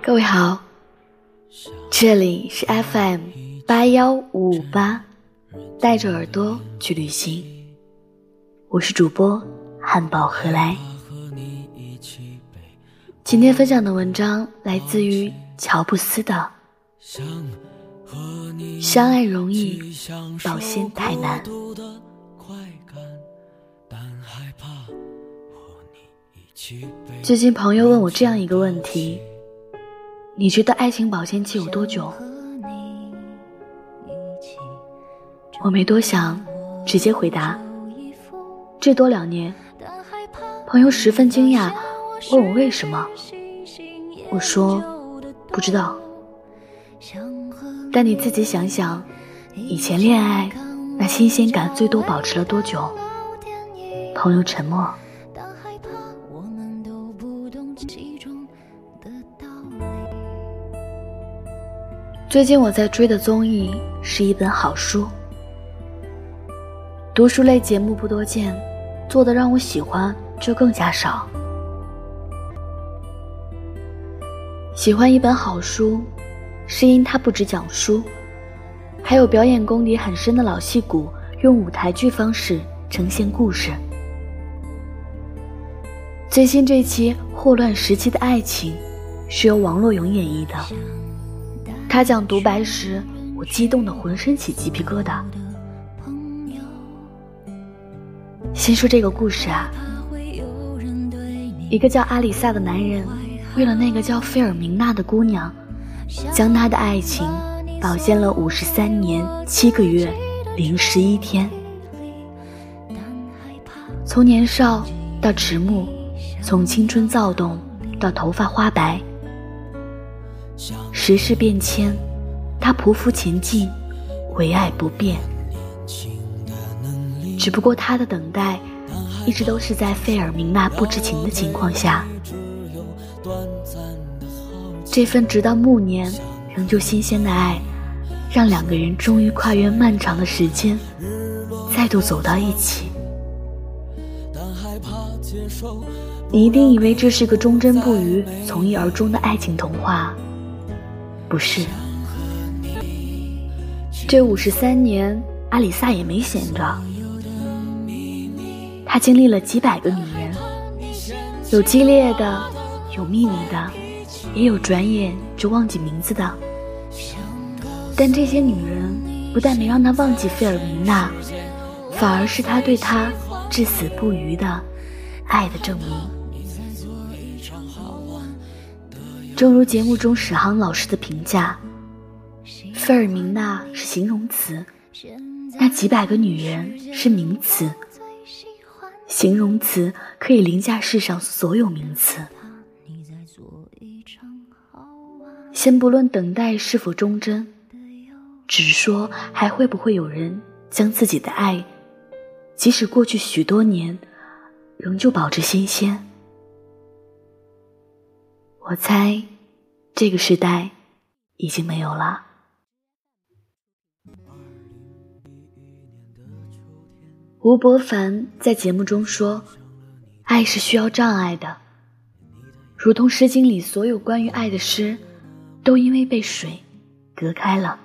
各位好，这里是 FM81558，带着耳朵去旅行，我是主播汉堡何来。今天分享的文章来自于乔布斯的相爱容易，保鲜太难。最近朋友问我这样一个问题，你觉得爱情保鲜期有多久？我没多想，直接回答最多2年。朋友十分惊讶，问我为什么。我说不知道，但你自己想想，以前恋爱那新鲜感最多保持了多久？朋友沉默。最近我在追的综艺是一本好书，读书类节目不多见，做的让我喜欢就更加少。喜欢一本好书，是因它不只讲书，还有表演功底很深的老戏骨用舞台剧方式呈现故事。最新这期霍乱时期的爱情是由王洛勇演绎的，他讲独白时，我激动得浑身起鸡皮疙瘩。先说这个故事啊，一个叫阿里萨的男人为了那个叫费尔明娜的姑娘，将他的爱情保鲜了53年7个月零11天。从年少到迟暮，从青春躁动到头发花白，时事变迁，他匍匐前进，唯爱不变。只不过他的等待一直都是在费尔明娜不知情的情况下。这份直到暮年仍旧新鲜的爱，让2个人终于跨越漫长的时间，再度走到一起。你一定以为这是个忠贞不渝、从一而终的爱情童话，不是。这53年，阿里萨也没闲着，他经历了几百个女人，有激烈的，有秘密的，也有转眼就忘记名字的。但这些女人不但没让他忘记费尔明娜，反而是他对她至死不渝的爱的证明。正如节目中史航老师的评价，费尔明娜是形容词，那几百个女人是名词。形容词可以凌驾世上所有名词。先不论等待是否忠贞，只说还会不会有人将自己的爱，即使过去许多年，仍旧保持新鲜。我猜这个时代已经没有了。吴伯凡在节目中说，爱是需要障碍的，如同诗经里所有关于爱的诗都因为被水隔开了。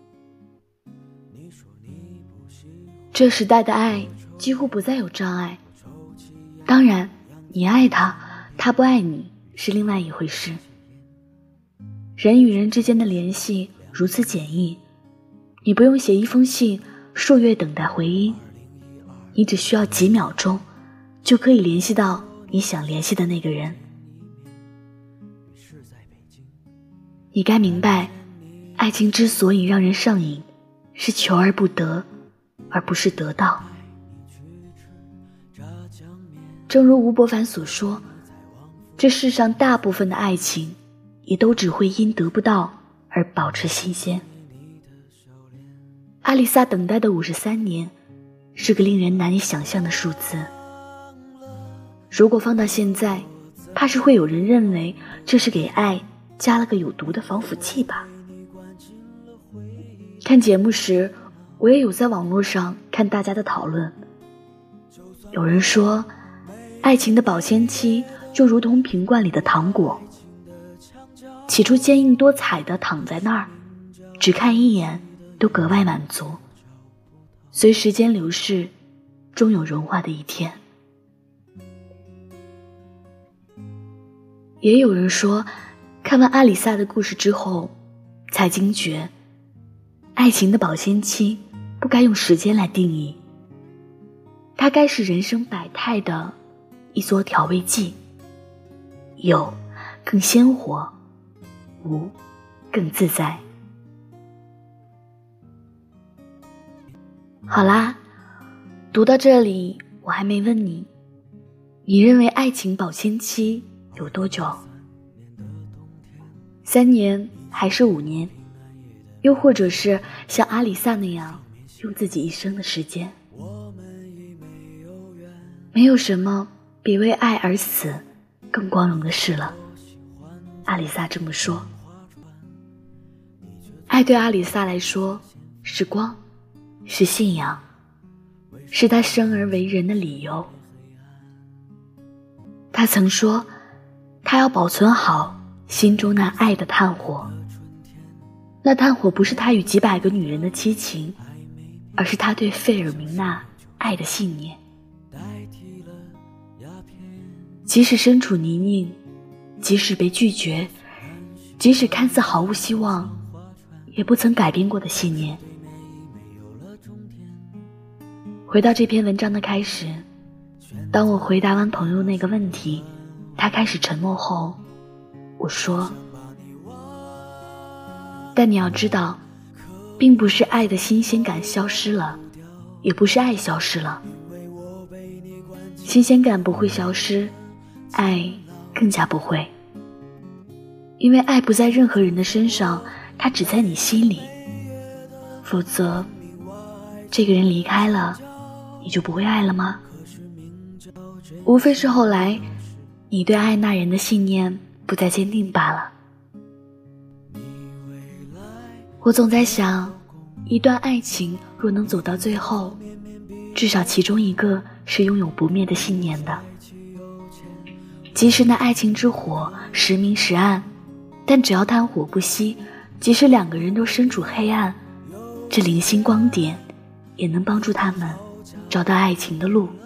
这时代的爱几乎不再有障碍，当然你爱他，他不爱你是另外一回事。人与人之间的联系如此简易，你不用写一封信数月等待回音，你只需要几秒钟就可以联系到你想联系的那个人。你该明白，爱情之所以让人上瘾，是求而不得，而不是得到。正如吴伯凡所说，这世上大部分的爱情也都只会因得不到而保持新鲜。阿里萨等待的53年是个令人难以想象的数字。如果放到现在，怕是会有人认为这是给爱加了个有毒的防腐剂吧。看节目时，我也有在网络上看大家的讨论。有人说，爱情的保鲜期就如同瓶罐里的糖果， 起初坚硬多彩地躺在那儿，只看一眼都格外满足。随时间流逝，终有融化的一天。也有人说，看完阿里萨的故事之后，才惊觉，爱情的保鲜期不该用时间来定义，它该是人生百态的一撮调味剂，有更鲜活，无更自在。好啦，读到这里，我还没问你，你认为爱情保鲜期有多久？3年还是5年？又或者是像阿里萨那样用自己一生的时间？没有什么比为爱而死更光荣的事了，阿里萨这么说。爱对阿里萨来说是光，是信仰，是他生而为人的理由。他曾说，他要保存好心中那爱的炭火，那炭火不是他与几百个女人的激情，而是他对费尔明娜爱的信念。即使身处泥泞，即使被拒绝，即使看似毫无希望，也不曾改变过的信念。回到这篇文章的开始，当我回答完朋友那个问题，他开始沉默后，我说，但你要知道，并不是爱的新鲜感消失了，也不是爱消失了。新鲜感不会消失，爱更加不会。因为爱不在任何人的身上，它只在你心里。否则，这个人离开了，你就不会爱了吗？无非是后来你对爱那人的信念不再坚定罢了。我总在想，一段爱情若能走到最后，至少其中一个是拥有不灭的信念的。即使那爱情之火时明时暗，但只要炭火不熄，即使2个人都身处黑暗，这零星光点也能帮助他们找到爱情的路。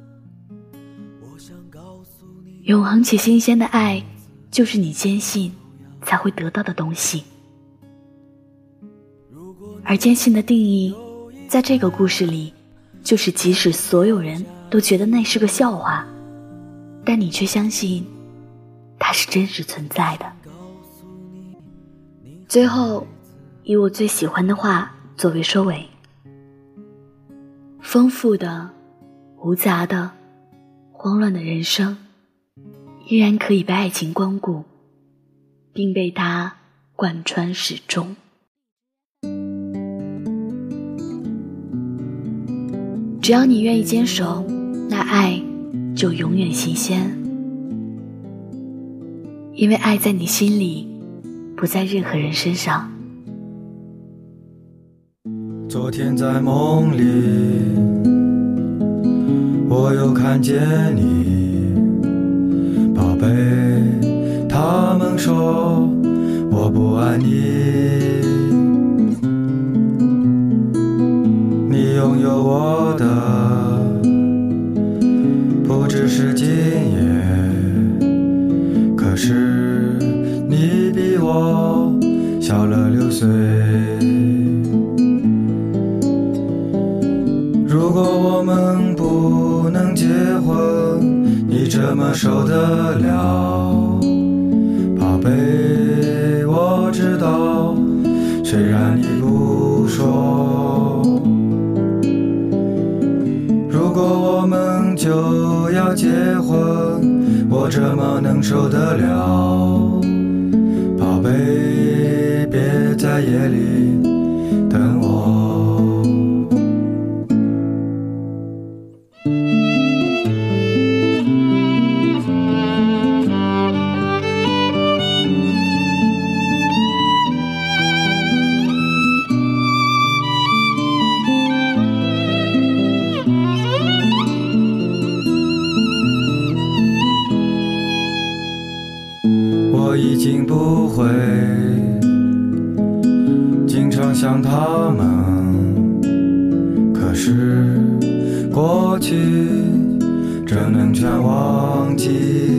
永恒且新鲜的爱，就是你坚信才会得到的东西。而坚信的定义，在这个故事里，就是即使所有人都觉得那是个笑话，但你却相信它是真实存在的。最后，以我最喜欢的话作为收尾：丰富的、无杂的、慌乱的人生，依然可以被爱情光顾，并被它贯穿始终。只要你愿意坚守，那爱就永远新鲜。因为爱在你心里，不在任何人身上。 昨天在梦里，我又看见你，宝贝，他们说我不爱你，你拥有我的不只是今夜，可是你比我小了6岁。如果我们不能结婚，你怎么受得了？宝贝，我知道，虽然你不说。如果我们就要结婚，我怎么能受得了？宝贝，别在夜里等我。我已经不会过去，怎能全忘记？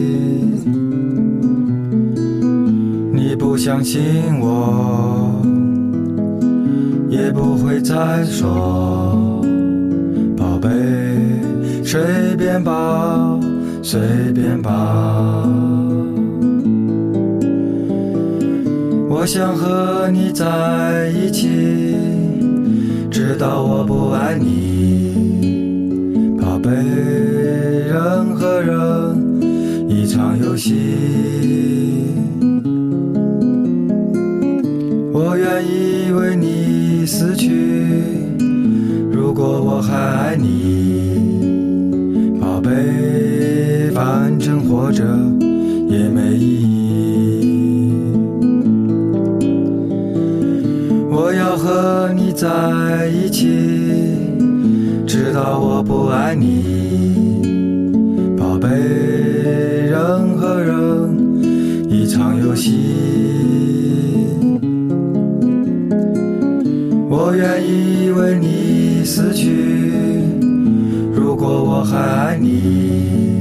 你不相信我，也不会再说，宝贝，随便吧，随便吧。我想和你在一起，直到我不爱你，宝贝，人和人一场游戏，我愿意为你死去，如果我还爱你，宝贝，反正活着也没意义。我要和你在一起，直到我不爱你，宝贝，人和人一场游戏，我愿意为你死去，如果我还爱你，